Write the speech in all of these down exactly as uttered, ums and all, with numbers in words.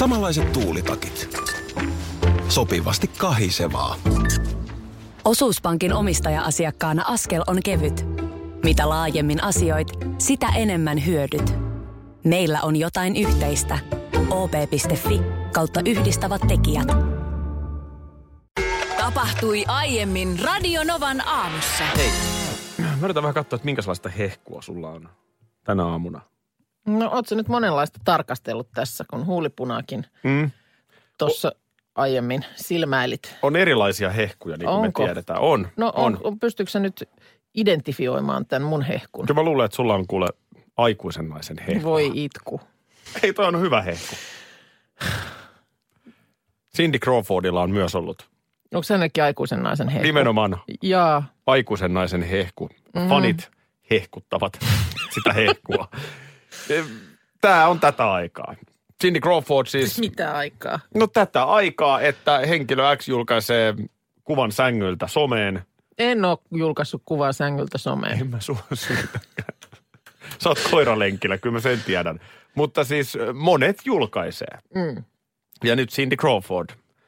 Samanlaiset tuulitakit. Sopivasti kahisevaa. Osuuspankin omistaja-asiakkaana askel on kevyt. Mitä laajemmin asioit, sitä enemmän hyödyt. Meillä on jotain yhteistä. o p piste f i kautta yhdistävät tekijät. Tapahtui aiemmin Radio Novan aamussa. Hei, mä yritän vähän katsoa, että minkälaista hehkua sulla on tänä aamuna. No oot sä nyt monenlaista tarkastellut tässä, kun huulipunaakin mm. tuossa aiemmin silmäilit. On erilaisia hehkuja, niin kuin Onko? me tiedetään. On. No on. on. Pystyykö sä nyt identifioimaan tämän mun hehkun? Kyllä mä luulen, että sulla on kuule aikuisen naisen hehku. Voi itku. Ei, toi on hyvä hehku. Cindy Crawfordilla on myös ollut. Onko se ainakin aikuisen naisen hehku? Nimenomaan Jaa. aikuisen naisen hehku. Mm-hmm. Fanit hehkuttavat sitä hehkua. Tää on tätä aikaa. Cindy Crawford siis... Mitä aikaa? No tätä aikaa, että henkilö X julkaisee kuvan sängyltä someen. En ole julkaissut kuvaa sängyltä someen. En mä sua syytäkään. Sä oot koiralenkillä, kyllä mä sen tiedän. Mutta siis monet julkaisee. Mm. Ja nyt Cindy Crawford,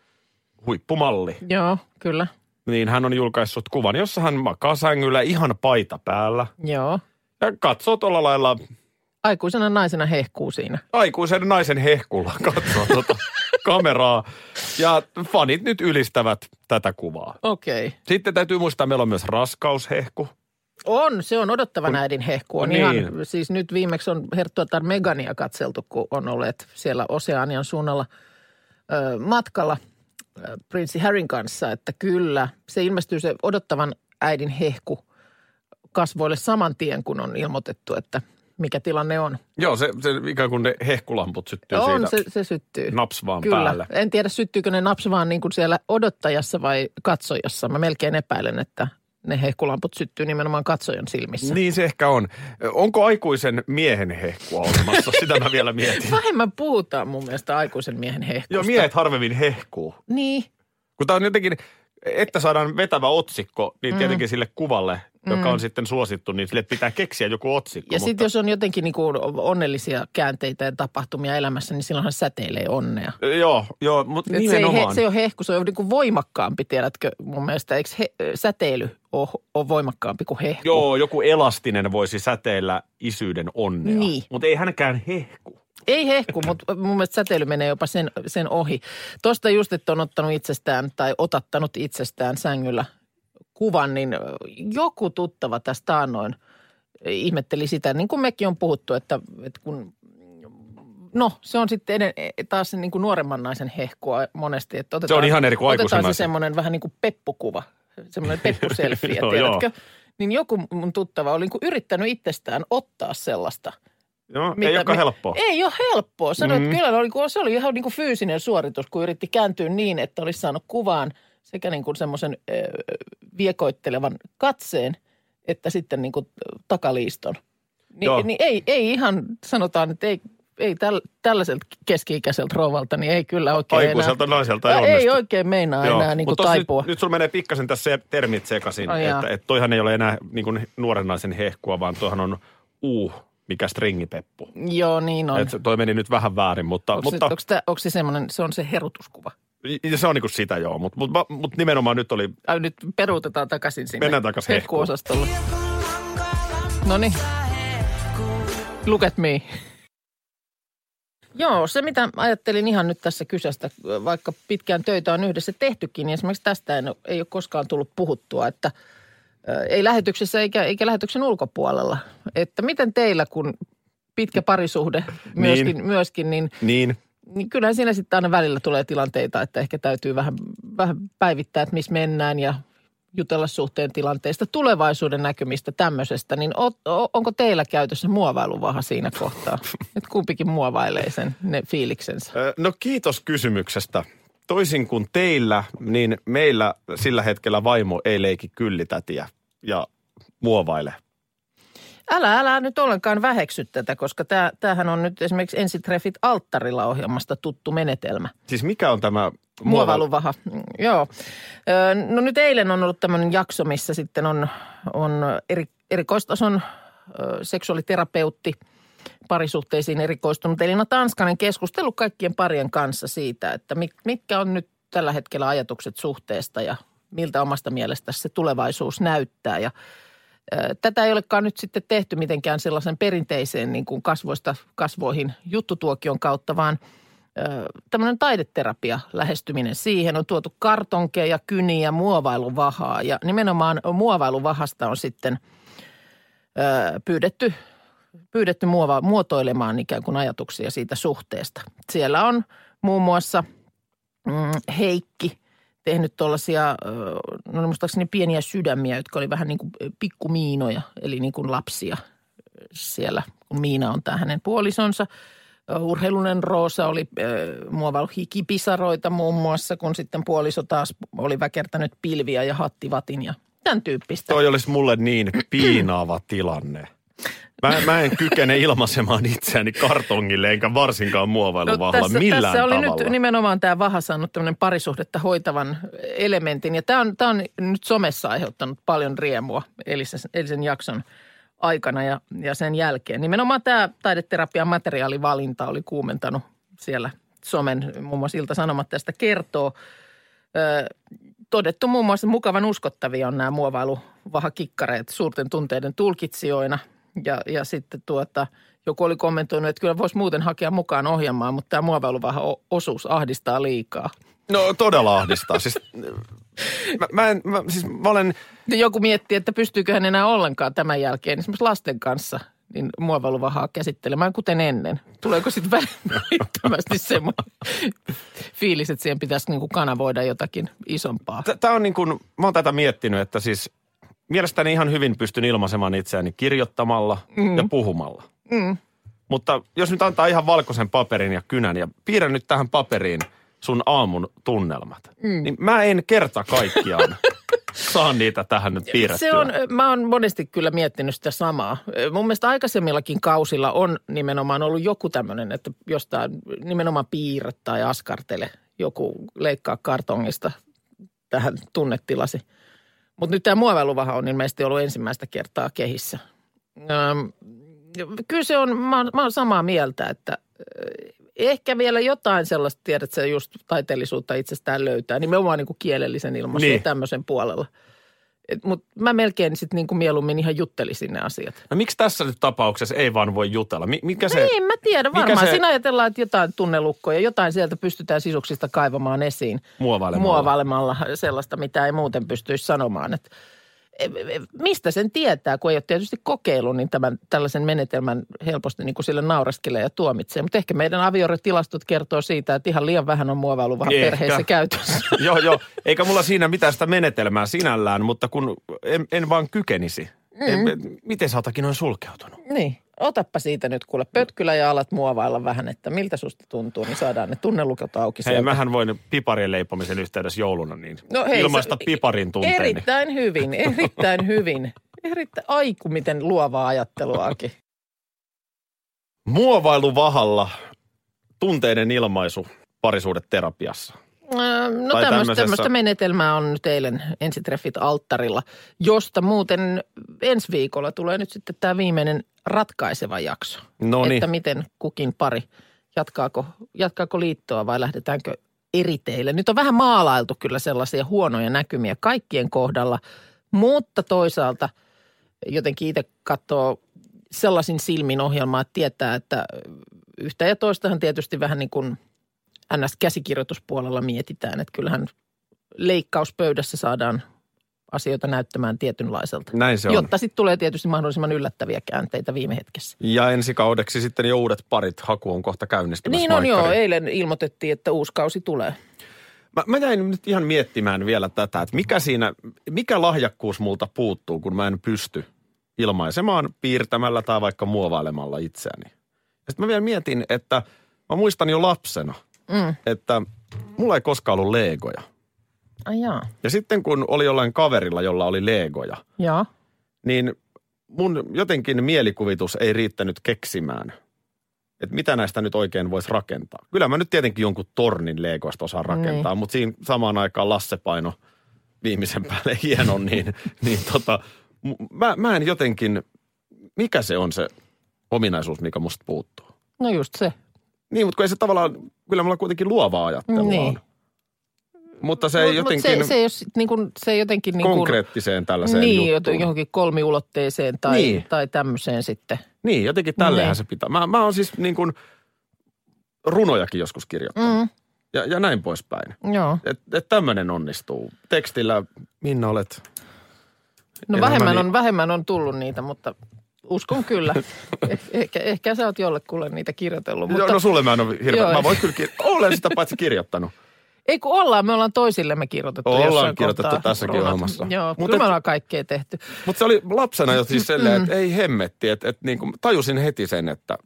huippumalli. Joo, kyllä. Niin hän on julkaissut kuvan, jossa hän makaa sängyllä ihan paita päällä. Joo. Ja katsoo tuolla lailla... Aikuisena naisena hehkuu siinä. Aikuisen naisen hehkulla katsoo tuota kameraa. Ja fanit nyt ylistävät tätä kuvaa. Okei. Okay. Sitten täytyy muistaa, meillä on myös raskaushehku. On, se on odottavan kun, äidin hehku. On niin. ihan, siis nyt viimeksi on herttuatar Megania katseltu, kun on olleet siellä Oseanian suunnalla ö, matkalla ö, prinssi Harryn kanssa. Että kyllä, se ilmestyy se odottavan äidin hehku kasvoille saman tien, kun on ilmoitettu, että mikä tilanne on. Joo, se, se ikään kuin ne hehkulamput syttyy on, siitä. On, se, se syttyy. Naps vaan Kyllä. päälle. En tiedä, syttyykö ne naps vaan niin kuin siellä odottajassa vai katsojassa. Mä melkein epäilen, että ne hehkulamput syttyy nimenomaan katsojan silmissä. Niin se ehkä on. Onko aikuisen miehen hehkua olemassa? Sitä mä vielä mietin. Vähemmän puhutaan mun mielestä aikuisen miehen hehkusta. Joo, miehet harvemmin hehkuu. Niin. Kun tää on jotenkin, että saadaan vetävä otsikko, niin tietenkin mm. sille kuvalle, joka mm. on sitten suosittu, niin sille pitää keksiä joku otsikko. Ja mutta... sitten jos on jotenkin niinku onnellisia käänteitä ja tapahtumia elämässä, niin silloinhan säteilee onnea. Joo, joo, mutta nimenomaan. Se ei, he, se ei ole hehku, se on niinku voimakkaampi, tiedätkö mun mielestä. Eikö he, säteily ole, ole voimakkaampi kuin hehku? Joo, joku elastinen voisi säteillä isyyden onnea. Niin. Mutta ei hänkään hehku. Ei hehku, mutta mun mielestä säteily menee jopa sen, sen ohi. Tuosta just, että on ottanut itsestään tai otattanut itsestään sängyllä kuvan, niin joku tuttava tästä taannoin ihmetteli sitä, niin kuin mekin on puhuttu, että, että kun, no se on sitten eden, taas niin kuin nuoremman naisen hehkua monesti. Että otetaan, se on ihan eri kuin aikuisen otetaan se semmoinen vähän niin kuin peppukuva, semmoinen peppuselfie, no, tiedätkö? Niin joku mun tuttava oli niin kuin yrittänyt itsestään ottaa sellaista. Joo, mitä, ei olekaan helppoa. Ei ole helppoa. Sanoin, mm-hmm. että kyllä oli, se oli ihan niin kuin fyysinen suoritus, kun yritti kääntyä niin, että olisi saanut kuvaan sekä niin kuin semmoisen äh, viekoittelevan katseen, että sitten niin kuin takaliiston. Ni, niin ei, ei ihan, sanotaan, että ei, ei täl, tällaiselta keski-ikäiseltä rouvalta, niin ei kyllä oikein aikuiselta enää. naiselta ei onnistu. Ei oikein meinaa Joo. enää niin kuin taipua. Nyt, nyt sulla menee pikkasen tässä termit sekaisin, oh, että, että toihan ei ole enää niin kuin nuoren naisen hehkua, vaan toihan on uu. Mikä stringipeppu. Joo, niin on. Et toi meni nyt vähän väärin, mutta... Onko, mutta, se, onko, tämä, onko se semmoinen, se on se herutuskuva? Se on niin kuin sitä joo, mutta, mutta, mutta nimenomaan nyt oli... Ai nyt peruutetaan takaisin sinne. Mennään takaisin hehkuosastolle. Noniin. Look at me. Joo, se mitä ajattelin ihan nyt tässä kysästä, vaikka pitkään töitä on yhdessä tehtykin, niin esimerkiksi tästä ei, ei ole koskaan tullut puhuttua, että ei lähetyksessä eikä, eikä lähetyksen ulkopuolella. Että miten teillä, kun pitkä parisuhde myöskin, niin. myöskin niin, niin. niin kyllähän siinä sitten aina välillä tulee tilanteita, että ehkä täytyy vähän, vähän päivittää, että missä mennään ja jutella suhteen tilanteesta, tulevaisuuden näkymistä, tämmöisestä. Niin o, o, onko teillä käytössä muovailuvaha siinä kohtaa? Että kumpikin muovailee sen, ne fiiliksensä. No kiitos kysymyksestä. Toisin kuin teillä, niin meillä sillä hetkellä vaimo ei leiki kyllitätiä ja muovaile. Älä, älä nyt ollenkaan väheksy tätä, koska tää, tämähän on nyt esimerkiksi Ensitreffit alttarilla -ohjelmasta tuttu menetelmä. Siis mikä on tämä muovailuvaha? Joo. No nyt eilen on ollut tämmöinen jakso, missä sitten on, on eri, erikoistason seksuaaliterapeutti parisuhteisiin erikoistunut Elina Tanskanen keskustellut kaikkien parien kanssa siitä, että mitkä on nyt tällä hetkellä ajatukset suhteesta ja miltä omasta mielestä se tulevaisuus näyttää. Ja ää, tätä ei olekaan nyt sitten tehty mitenkään sellaisen perinteiseen niin kuin kasvoista kasvoihin juttutuokion kautta, vaan tämmöinen taideterapia lähestyminen siihen. On tuotu kartonkeja, kyniä, muovailuvahaa ja nimenomaan muovailuvahasta on sitten ö, pyydetty, pyydetty muova, muotoilemaan ikään kuin ajatuksia siitä suhteesta. Siellä on muun muassa mm, Heikki tehnyt tuollaisia, no muistaakseni pieniä sydämiä, jotka oli vähän niin kuin pikkumiinoja, eli niin kuin lapsia siellä, kun Miina on tämä hänen puolisonsa. Urheilunen Roosa oli äh, muovailu hikipisaroita muun muassa, kun sitten puoliso taas oli väkertänyt pilviä ja hattivatin ja tämän tyyppistä. Toi olisi mulle niin piinaava tilanne. Mä, mä en kykene ilmaisemaan itseäni kartongille, enkä varsinkaan muovailuvahalla no, tässä, millään tässä oli tavalla. Nyt nimenomaan tämä vaha saanut tämmöinen parisuhdetta hoitavan elementin. Ja tämä on, tämä on nyt somessa aiheuttanut paljon riemua eilisen, eilisen jakson aikana ja, ja sen jälkeen. Nimenomaan tämä taideterapian materiaalivalinta oli kuumentanut siellä somen, muun muassa Ilta-Sanomat tästä kertoo. Ö, todettu muun muassa mukavan uskottavia on nämä muovailuvahakikkareet suurten tunteiden tulkitsijoina. Ja, ja sitten tuota, joku oli kommentoinut, että kyllä voisi muuten hakea mukaan ohjelmaan, mutta tämä muovailuvaha-osuus ahdistaa liikaa. No todella ahdistaa. Siis, mä, mä, en, mä, siis mä olen... Joku miettii, että pystyykö hän enää ollenkaan tämän jälkeen esimerkiksi lasten kanssa niin muovailuvahaa käsittelemään kuten ennen. Tuleeko sitten välittömästi semmoinen fiilis, että siihen pitäisi niin kuin kanavoida jotakin isompaa? Tämä on niin kuin, mä oon tätä miettinyt, että siis mielestäni ihan hyvin pystyn ilmaisemaan itseäni kirjoittamalla mm. ja puhumalla. Mm. Mutta jos nyt antaa ihan valkoisen paperin ja kynän ja piirrän nyt tähän paperiin sun aamun tunnelmat, mm. niin mä en kerta kaikkiaan saa niitä tähän nyt piirrettyä. Se on, mä oon monesti kyllä miettinyt sitä samaa. Mun mielestä aikaisemmillakin kausilla on nimenomaan ollut joku tämmöinen, että jostain nimenomaan piirre tai askartele joku leikkaa kartongista tähän tunnetilasi. Mutta nyt tämä muovailuvaha on ilmeisesti ollut ensimmäistä kertaa kehissä. Öm, kyllä se on, mä oon, mä oon samaa mieltä, että ehkä vielä jotain sellaista, tiedät sä, just taiteellisuutta itsestään löytää, nimenomaan niin kuin kielellisen ilmaisun niin. tämmöisen puolella. Mutta mä melkein sitten niin kuin mieluummin ihan juttelisin ne asiat. No miksi tässä nyt tapauksessa ei vaan voi jutella? Mikä se, niin, mä tiedän varmaan. se... Siinä ajatellaan, että jotain tunnelukkoja, jotain sieltä pystytään sisuksista kaivamaan esiin. Muovailemalla. Muovailemalla sellaista, mitä ei muuten pystyisi sanomaan. Että mistä sen tietää, kun ei ole tietysti kokeillut, niin tämän, tällaisen menetelmän helposti niin kuin sille nauraskelee ja tuomitsee. Mutta ehkä meidän avioerotilastot kertoo siitä, että ihan liian vähän on muovailuvaha perheessä käytössä. Joo, joo. Eikä mulla siinä mitään sitä menetelmää sinällään, mutta kun en, en vaan kykenisi. Mm. En, miten sä otakin noin sulkeutunut? Niin. Otappa siitä nyt kuule pötkylä ja alat muovailla vähän, että miltä susta tuntuu, niin saadaan ne tunnelukot auki sieltä. Hei, mähän voin piparien leipomisen yhteydessä jouluna niin no hei, ilmaista piparin tunteeni. Erittäin hyvin, erittäin hyvin. Erittäin, aiku miten luovaa ajatteluakin. Muovailuvahalla tunteiden ilmaisu parisuhdeterapiassa. No tämmöistä, tämmöisessä... tämmöistä menetelmää on nyt eilen ensitreffit alttarilla, josta muuten ensi viikolla tulee nyt sitten tämä viimeinen ratkaiseva jakso. Noniin. Että miten kukin pari, jatkaako, jatkaako liittoa vai lähdetäänkö eri teille. Nyt on vähän maalailtu kyllä sellaisia huonoja näkymiä kaikkien kohdalla, mutta toisaalta jotenkin itse katsoo sellaisin silmin ohjelmaa, että tietää, että yhtä ja toistahan tietysti vähän niin kuin N S-käsikirjoituspuolella mietitään, että kyllähän leikkauspöydässä saadaan asioita näyttämään tietynlaiselta. Näin se on. Jotta sitten tulee tietysti mahdollisimman yllättäviä käänteitä viime hetkessä. Ja ensi kaudeksi sitten jo uudet parit. Haku on kohta käynnistymässä. Niin on joo. Eilen ilmoitettiin, että uusi kausi tulee. Mä, mä jäin nyt ihan miettimään vielä tätä, että mikä siinä, mikä lahjakkuus multa puuttuu, kun mä en pysty ilmaisemaan piirtämällä tai vaikka muovailemalla itseäni. Ja sitten mä vielä mietin, että mä muistan jo lapsena, Mm. että mulla ei koskaan ollut legoja. Ai jaa. Ja sitten kun oli jollain kaverilla, jolla oli legoja, jaa. niin mun jotenkin mielikuvitus ei riittänyt keksimään, että mitä näistä nyt oikein voisi rakentaa. Kyllä mä nyt tietenkin jonkun tornin legoista osaan rakentaa, niin. Mutta siinä samaan aikaan Lasse paino viimeisen päälle hienon, niin, niin tota, mä, mä en jotenkin, mikä se on se ominaisuus, mikä musta puuttuu. No just se. Niin, mutta kun ei se tavallaan, kyllä mulla kuitenkin luovaa ajattelua Niin. on. Mutta se ei Mut, jotenkin mut se, se, ei ole, sit niin kuin, se ei jotenkin niin kuin, konkreettiseen tällaiseen niin, juttuun. johonkin kolmiulotteiseen tai, Niin. tai tämmöiseen sitten. Niin, jotenkin tälleenhän Niin. se pitää. Mä, mä oon siis niin kuin runojakin joskus kirjoittanut. Mm, Ja, ja näin poispäin. joo. Että et tämmöinen onnistuu. Tekstillä, Minna olet... No elämäni- vähemmän on, vähemmän on tullut niitä, mutta uskon kyllä. Eh, ehkä, ehkä sä oot jollekulle niitä kirjoitellut. Mutta Joo, no sulle mä en ole hirveä. Joo. Mä voin kyllä, kir- olen sitä paitsi kirjoittanut. ei kun ollaan, me ollaan toisillemme kirjoitettu Ollaan jossain kirjoitettu kohtaa tässäkin runot. ohjelmassa. Joo, Mut kyllä et- me ollaan kaikkea tehty. Mutta se oli lapsena jo siis silleen, että ei hemmetti. Että et niin kuin tajusin heti sen, että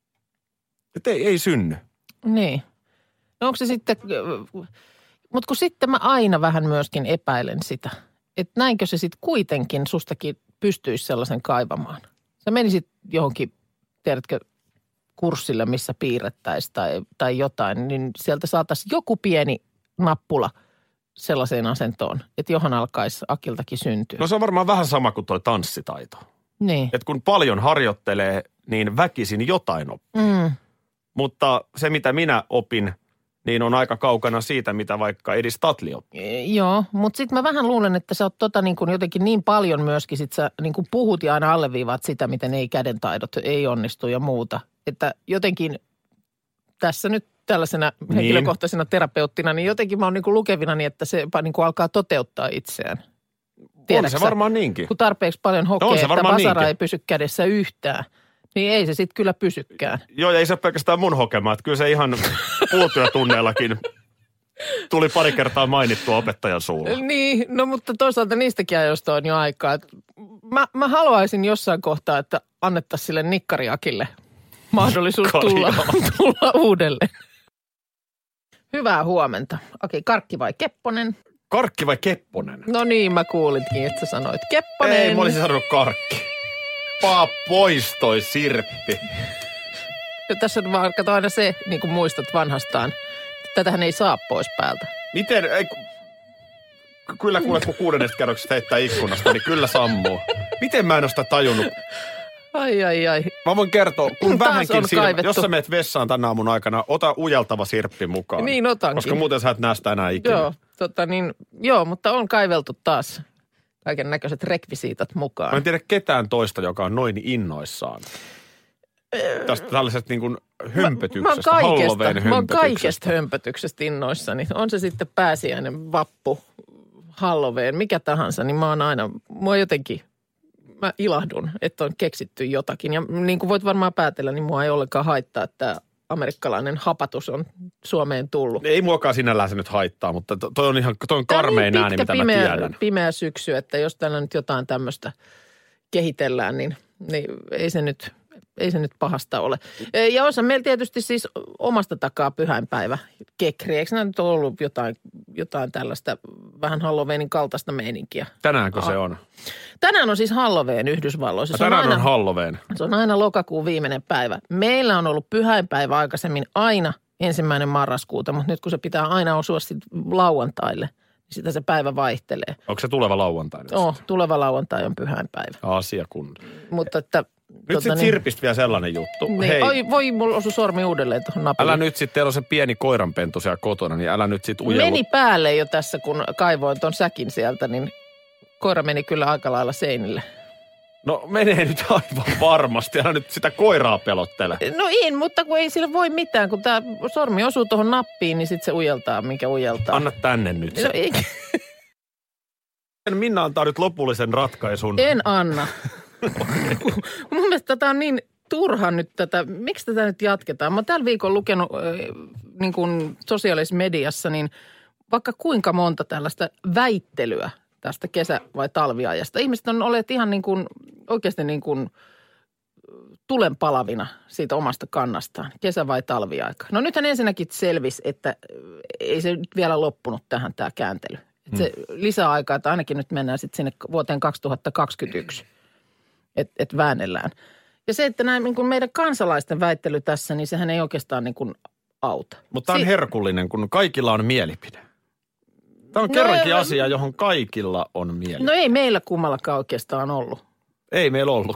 et ei, ei synny. Niin. No onko se sitten, mutta kun sitten mä aina vähän myöskin epäilen sitä, että näinkö se sitten kuitenkin sustakin pystyisi sellaisen kaivamaan. Sä menisit johonkin, tiedätkö, kurssille, missä piirrettäisiin tai, tai jotain, niin sieltä saataisiin joku pieni nappula sellaiseen asentoon, että johon alkaisi Akiltakin syntyä. No se on varmaan vähän sama kuin toi tanssitaito. niin. Että kun paljon harjoittelee, niin väkisin jotain oppii. Mm. Mutta se, mitä minä opin, niin on aika kaukana siitä, mitä vaikka Edi Statli oppi. E, Joo, mutta sitten mä vähän luulen, että sä oot tota niin kuin jotenkin niin paljon myöskin, sit sä niin kuin puhut ja aina alleviivaat sitä, miten ei kädentaidot, ei onnistu ja muuta. Että jotenkin tässä nyt tällaisena Niin. henkilökohtaisena terapeuttina, niin jotenkin mä oon niin kuin lukevina niin, että se niin kuin alkaa toteuttaa itseään. On Tiedätkö se sä, varmaan niinkin. kun tarpeeksi paljon No hokee, on se että varmaan vasara niinkin. ei pysy kädessä yhtään, niin ei se sitten kyllä pysykään. Joo, ja ei se ole pelkästään mun hokema, että kyllä se ihan puutyötunneillakin tuli pari kertaa mainittua opettajan suulla. Niin, no mutta toisaalta niistäkin ajoista on jo aikaa. Et Mä, mä haluaisin jossain kohtaa, että annettaisiin sille nikkariakille mahdollisuus tulla, tulla uudelleen. Hyvää huomenta. Okei, Karkki vai Kepponen? Karkki vai Kepponen? No niin, mä kuulinkin, että sä sanoit Kepponen. Ei, mä olisin sanonut Karkki. Paa pois toi Sirppi. Ja tässä on vaan, kato aina se, niin kuin muistat vanhastaan. Tätähän ei saa pois päältä. Miten, ei, ku- kyllä kuule, kun kuudennesta kerroksesta heittää ikkunasta, niin kyllä sammuu. Miten mä en ole sitä tajunnut? Ai, ai, ai. Mä voin kertoa, kun Taas vähänkin on silmä, kaivettu. jos sä meet vessaan tänä aamun aikana, ota ujeltava Sirppi mukaan. Niin otankin. Koska muuten sä et näe sitä enää ikinä. Joo, tota niin, joo, mutta on kaiveltu taas kaiken näköiset rekvisiitat mukaan. Mä en tiedä ketään toista, joka on noin innoissaan. Tästä tällaisesta niin kuin hömpötyksestä, Mä oon kaikesta, Halloween mä oon hömpötyksestä. kaikesta hömpötyksestä innoissani. On se sitten pääsiäinen, vappu, Halloween, mikä tahansa, niin mä oon aina, mua jotenkin, mä ilahdun, että on keksitty jotakin. Ja niin kuin voit varmaan päätellä, niin mua ei ollenkaan haittaa, että amerikkalainen hapatus on Suomeen tullut. Ei muakaan sinällään se nyt haittaa, mutta to- toi on ihan toi on karmein Tämä on ääni, niin pitkä mitä pimeä, mä tiedän. pimeä syksy, että jos täällä nyt jotain tämmöistä kehitellään, niin, niin ei se nyt... Ei se nyt pahasta ole. Ja osa meillä tietysti siis omasta takaa pyhäinpäivä kekri. Eikö nämä nyt ole ollut jotain, jotain tällaista vähän Halloweenin kaltaista meininkiä? Tänäänkö se on? Tänään on siis Halloween Yhdysvalloissa. Se on, Tänään on aina, Halloween. se on aina lokakuun viimeinen päivä. Meillä on ollut pyhäinpäivä aikaisemmin aina ensimmäinen marraskuuta, mutta nyt kun se pitää aina osua sitten lauantaille, niin sitä se päivä vaihtelee. Onko se tuleva lauantai nyt? Oh, tuleva lauantai on pyhäinpäivä. Asia kun. Mutta että... Nyt tota sit niin- Sirpistä vielä sellainen juttu. Niin, Hei, oi, voi, mulla osui sormi uudelleen tuohon napille. älä nyt sit, teillä on se pieni koiranpentu siellä kotona, niin älä nyt sit ujellu. Meni päälle jo tässä, kun kaivoin ton säkin sieltä, niin koira meni kyllä aika lailla seinille. No menee nyt aivan varmasti, älä nyt sitä koiraa pelottele. No ei, mutta kun ei sillä voi mitään, kun tämä sormi osuu tuohon nappiin, niin sitten se ujeltaa, minkä ujeltaa. Anna tänne nyt se. No ei, Minna antaa nyt lopullisen ratkaisun. en anna. Mun mielestä tätä on niin turha nyt tätä, miksi tätä nyt jatketaan? Mä oon tällä viikolla lukenut äh, niin kuin sosiaalisessa mediassa, niin vaikka kuinka monta tällaista väittelyä tästä kesä- vai talviajasta. Ihmiset on olleet ihan niin kuin, oikeasti niin kuin tulen palavina siitä omasta kannastaan, kesä- vai talviaika. No nythän ensinnäkin selvisi, että ei se nyt vielä loppunut tähän tämä kääntely. Että se lisäaikaa, että ainakin nyt mennään sitten sinne vuoteen kaksituhattakaksikymmentäyksi, että et väännellään. Ja se, että näin niin kuin meidän kansalaisten väittely tässä, niin sehän ei oikeastaan niin kuin auta. Mutta tämä on Si- herkullinen, kun kaikilla on mielipide. Tämä on No kerrankin ei- asia, johon kaikilla on mielipide. No ei meillä kummallakaan oikeastaan ollut. Ei meillä ollutkaan. Täällä älä näin, älä näin Kaikilla sano. muilla on. No ei, älä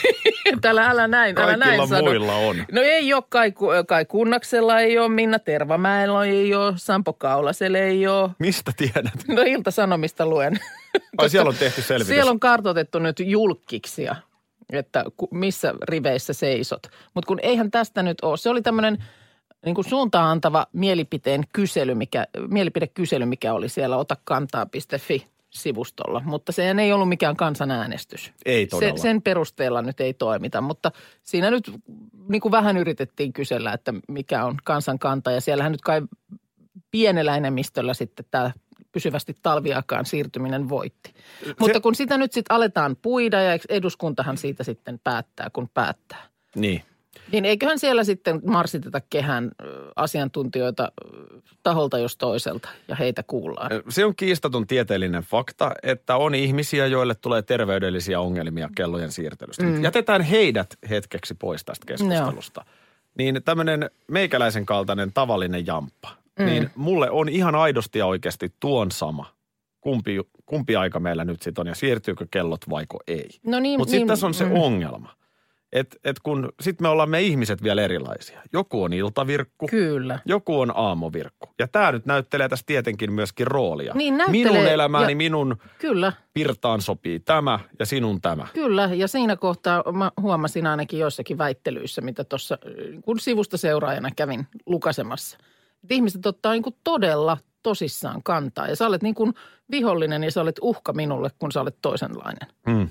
näin, älä Kaikilla näin sano. muilla on. No ei ole, Kai, Kai Kunnaksella ei ole, Minna Tervamäellä ei ole, Sampo Kaulasella ei ole. Mistä tiedät? No Ilta-Sanomista luen. Ai siellä on tehty selvitys. Siellä on kartoitettu nyt julkkiksia, että missä riveissä seisot. Mutta kun eihän tästä nyt ole. Se oli tämmöinen niin kuin suuntaan antava mielipiteen kysely, mikä, mielipidekysely, mikä oli siellä otakantaa piste fi-sivustolla. Mutta sehän ei ollut mikään kansanäänestys. Ei todella. Se, sen perusteella nyt ei toimita, mutta siinä nyt niin kuin vähän yritettiin kysellä, että mikä on kansan kanta. Ja siellähän nyt kai pienellä enemmistöllä sitten tämä pysyvästi talviaikaan siirtyminen voitti. Se, mutta kun sitä nyt sitten aletaan puida ja eduskuntahan siitä sitten päättää, kun päättää. Niin. Niin eiköhän siellä sitten marssiteta kehään asiantuntijoita taholta jos toiselta ja heitä kuullaan. Se on kiistaton tieteellinen fakta, että on ihmisiä, joille tulee terveydellisiä ongelmia kellojen siirtelystä. Mm. Jätetään heidät hetkeksi pois tästä keskustelusta. No. Niin tämmöinen meikäläisen kaltainen tavallinen jamppa, mm. niin mulle on ihan aidosti ja oikeasti tuon sama. Kumpi, kumpi aika meillä nyt sitten on ja siirtyykö kellot vaiko ei. No niin, mutta niin, sitten tässä on se mm. ongelma. Että et kun sitten me ollaan me ihmiset vielä erilaisia. Joku on iltavirkku. Kyllä. Joku on aamuvirkku. Ja tämä nyt näyttelee tässä tietenkin myöskin roolia. Niin näyttelee. Minun elämääni, ja, minun kyllä. pirtaan sopii tämä ja sinun tämä. Kyllä, ja siinä kohtaa mä huomasin ainakin joissakin väittelyissä, mitä tuossa kun sivusta seuraajana kävin lukasemassa. Että ihmiset ottaa niin kuin todella tosissaan kantaa. Ja sä olet niin kuin vihollinen ja sä olet uhka minulle, kun sä olet toisenlainen. Hmm.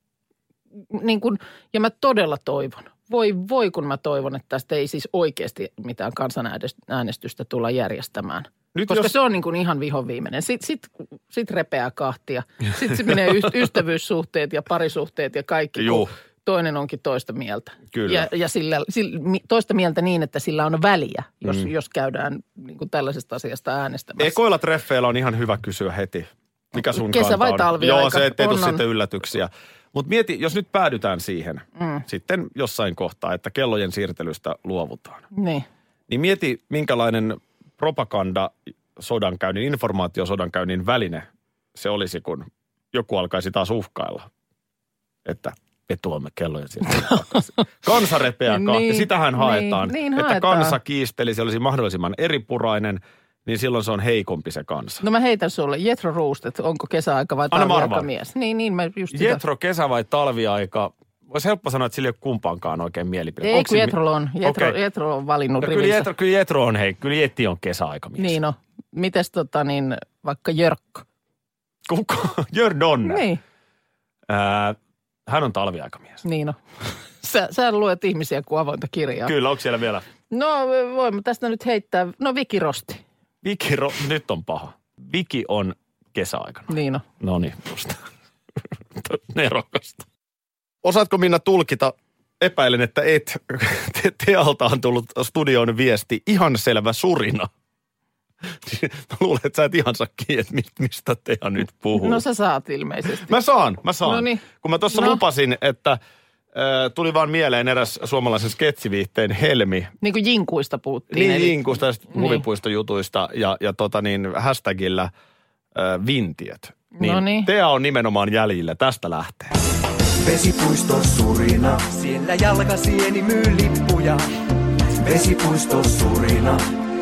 Niin kuin, ja mä todella toivon. Voi voi, kun mä toivon, että tästä ei siis oikeasti mitään kansanäänestystä tulla järjestämään. Nyt Koska jos... se on niin kuin ihan vihoviimeinen. Sitten sit, sit repeää kahtia. Sitten se menee ystävyyssuhteet ja parisuhteet ja kaikki. Juh. Toinen onkin toista mieltä. Kyllä. Ja, ja sillä, sillä, toista mieltä niin, että sillä on väliä, jos, mm. jos käydään niin kuin tällaisesta asiasta äänestämässä. Ekoilla treffeillä on ihan hyvä kysyä heti. Mikä sun Kesä kanta vai on? talviaika? Joo, se ettei on, tule on. sitten yllätyksiä. Mutta mieti, jos nyt päädytään siihen mm. sitten jossain kohtaa, että kellojen siirtelystä luovutaan. Niin. Niin mieti, minkälainen propaganda sodankäynnin, informaatiosodankäynnin väline se olisi, kun joku alkaisi taas uhkailla, että me tuomme kellojen siirtelystä takaisin. Kansa repeää kahti, niin, sitähän haetaan. Niin, niin että haetaan. Kansa kiisteli, se olisi mahdollisimman eripurainen, niin silloin se on heikompi se kansa. No mä heitän sulle, Jethro Roosted, onko kesäaika vai talviaikamies? Niin, niin mä just sitä. Jethro, kesä vai talviaika? Olisi helppo sanoa, että sillä ei ole kumpaankaan oikein mielipide. Ei, Onko kun mi- Jethro on. Jethro, okay. Jethro on valinnut no, rivinsä. Kyllä Jethro, kyllä Jethro on, hei, kyllä Jetti on kesäaikamies. Niin no. Mites tota niin, vaikka Jörkko? Kuka? Jörn Donner. Niin. Äh, hän on talviaikamies. Niin no. Sä, sä luet ihmisiä kuin avointa kirjaa. Kyllä, onko siellä vielä? No voimme tästä nyt heittää. No Viki Rosti. Viki, ro- nyt on paha. Viki on kesäaikana. Niin no. No niin, musta. Nerokasta. Osaatko Minna tulkita? Epäilen, että et. Te- Tealta on tullut studioon viesti. Ihan selvä surina. Mä luulen, että sä et ihan saa kiinni, että mistä Tea nyt puhuu. No sä saat ilmeisesti. Mä saan, mä saan. Noniin. Kun mä tuossa no. lupasin, että äh, tuli vaan mieleen eräs suomalaisen sketsiviihteen helmi. Niin kuin jinkuista puhuttiin. Niin, eli... jinkuista ja niin. huvipuistojutuista ja, ja tota niin, hashtagillä äh, vintiöt. Niin Noniin. Tea on nimenomaan jäljillä. Tästä lähtee. Vesipuisto Surina, siellä jalkasieni myy lippuja. Vesipuisto Surina.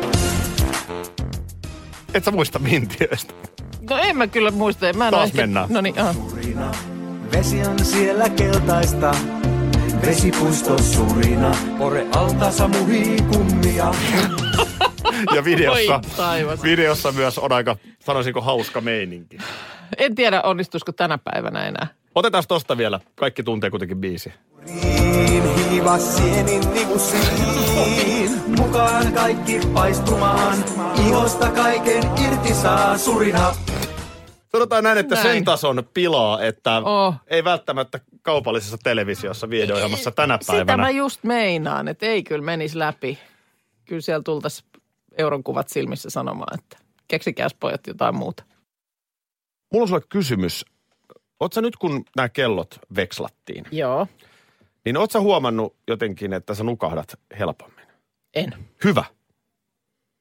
Et sä muista vintiöistä? No en mä kyllä muista. Mä en Taas ehkä... mennään. No niin, aha. Surina, vesi on siellä keltaista. Vesipuisto Surina, pore altaassa muhii kummia. Ja videossa, Oi, taivas. videossa myös on aika, sanoisinko, hauska meininki. En tiedä, onnistuisiko tänä päivänä enää. Otetaan tosta vielä. Kaikki tuntee kuitenkin biisi. Niin hiiva sienin nivusiin, mukaan kaikki paistumaan. Ihosta kaiken irti saa Surina. Sanotaan näin, että Näin. sen tason pilaa, että Oh. ei välttämättä kaupallisessa televisiossa video-ohjelmassa tänä Sitä päivänä. mä just meinaan, että ei kyllä menisi läpi. Kyllä siellä tultaisiin euron kuvat silmissä sanomaan, että keksikääs pojat jotain muuta. Mulla on sulle kysymys. Oot sä nyt, kun nämä kellot vekslattiin, Joo, niin oot sä huomannut jotenkin, että sä nukahdat helpommin? en. Hyvä.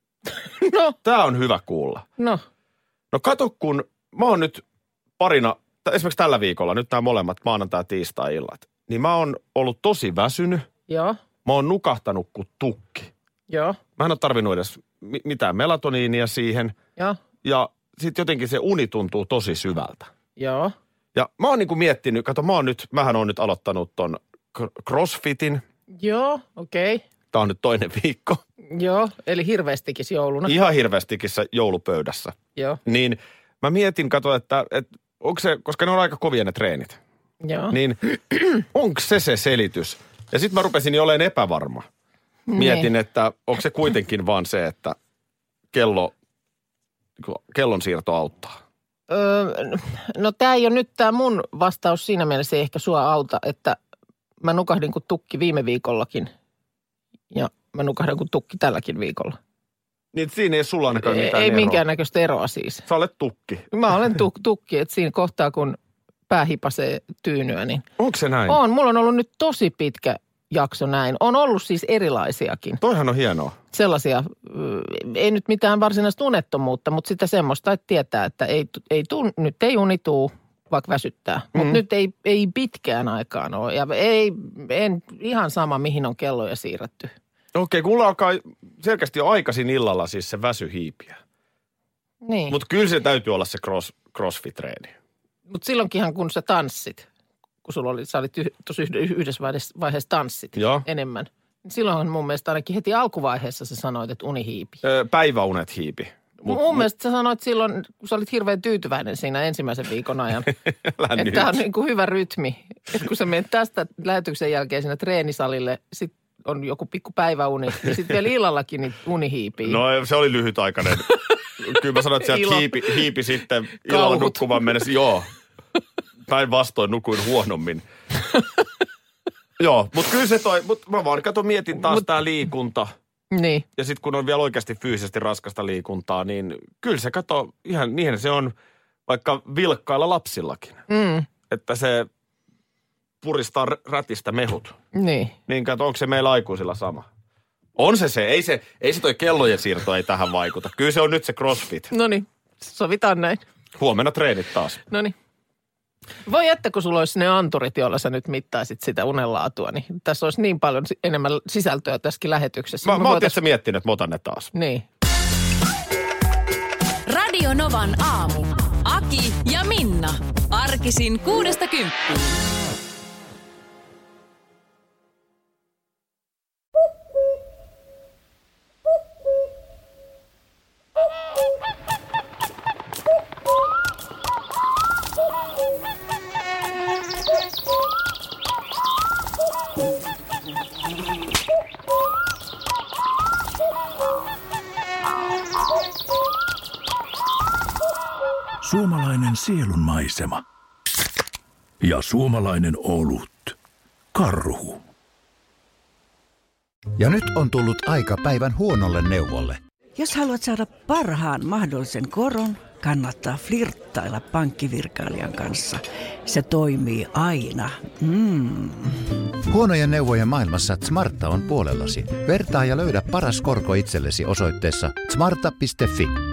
No, Tää on hyvä kuulla. no. No kato, kun mä oon nyt parina esimerkiksi tällä viikolla, nyt nämä molemmat maanantai- ja tiistai-illat, niin mä oon ollut tosi väsynyt. Joo. Mä oon nukahtanut kuin tukki. Joo. Mä en ole tarvinnut edes mitään melatoniinia siihen. Joo. Ja sitten jotenkin se uni tuntuu tosi syvältä. Joo. Ja mä oon niinku miettinyt, kato mä oon nyt, mähän oon nyt aloittanut ton CrossFitin. Joo, okei. Okay. Tää on nyt toinen viikko. Joo, eli hirveästikis jouluna. Ihan hirveästikissä joulupöydässä. Joo. Niin mä mietin, kato, että, että onko se, koska ne on aika kovia ne treenit. Joo. Niin onko se se selitys? Ja sitten mä rupesin jo olemaan epävarma. Mietin, että onko se kuitenkin vaan se, että kello, kellon siirto auttaa. Öö, no tää ei ole nyt tää mun vastaus siinä mielessä ei ehkä sua auta, että mä nukahdin kuin tukki viime viikollakin ja mä nukahdan kuin tukki tälläkin viikolla. Niin siinä ei sulla ainakaan ei, mitään Ei eroa. minkäännäköistä eroa siis. Sä olet tukki. Mä olen tuk, tukki, että siinä kohtaa kun pää hipasee tyynyä, niin... Onko se näin? On, mulla on ollut nyt tosi pitkä jakso näin. On ollut siis erilaisiakin. Toihan on hienoa. Sellaisia, ei nyt mitään varsinaista unettomuutta, mutta sitä semmoista, että tietää, että ei, ei tuu, nyt ei unituu, vaikka väsyttää. Mutta mm. nyt ei, ei pitkään aikaan ole. Ja ei, en ihan sama, mihin on kelloja siirretty. Okei, kun mulla alkaa selkeästi jo aikaisin illalla siis se väsy hiipiä. Niin. Mutta kyllä se täytyy olla se cross, crossfit-treeni. Mutta silloinkinhan kun sä tanssit, kun sulla oli, sä olit tuossa yhdessä vaiheessa tanssit Joo. enemmän. Silloinhan mun mielestä ainakin heti alkuvaiheessa sä sanoit, että uni hiipi. Öö, päiväunet hiipi. Mut, mun mut, mielestä sä sanoit silloin, kun sä olit hirveän tyytyväinen siinä ensimmäisen viikon ajan. Että tämä on niin kuin hyvä rytmi. Että kun sä menet tästä lähetyksen jälkeen sinne treenisalille, sit on joku pikku päiväuni, niin sitten vielä illallakin niin uni hiipii. No se oli lyhytaikainen. Kyllä mä sanoin, että sieltä hiipi, hiipi sitten illalla nukkumaan mennessä. Joo, päinvastoin nukuin huonommin. Joo, mutta kyllä se toi, mutta mä vaan kato mietin taas mut, tää liikunta. Niin. Ja sitten kun on vielä oikeasti fyysisesti raskasta liikuntaa, niin kyllä se kato, ihan niinhän se on vaikka vilkkailla lapsillakin. Mm. Että se puristaa rätistä mehut. Niin. Niin kato, onko se meillä aikuisilla sama? On se se, ei se, ei se toi kellojen siirto ei tähän vaikuta. Kyllä se on nyt se CrossFit. Noniin, sovitaan näin. Huomenna treenit taas. Noniin. Voi että kun sulla olisi ne anturit, joilla sä nyt mittaisit sitä unenlaatua, niin tässä olisi niin paljon enemmän sisältöä tässäkin lähetyksessä. Mä, mä, mä oon voitais... tietysti miettinyt, että mä otan ne taas. Niin. Radio Novan aamu. Aki ja Minna. Arkisin kuudesta kymppiin. Suomalainen sielunmaisema ja suomalainen olut. Karhu. Ja nyt on tullut aika päivän huonolle neuvolle. Jos haluat saada parhaan mahdollisen koron, kannattaa flirttailla pankkivirkailijan kanssa. Se toimii aina. Mm. Huonojen neuvojen maailmassa Smarta on puolellasi. Vertaa ja löydä paras korko itsellesi osoitteessa smarta piste fi.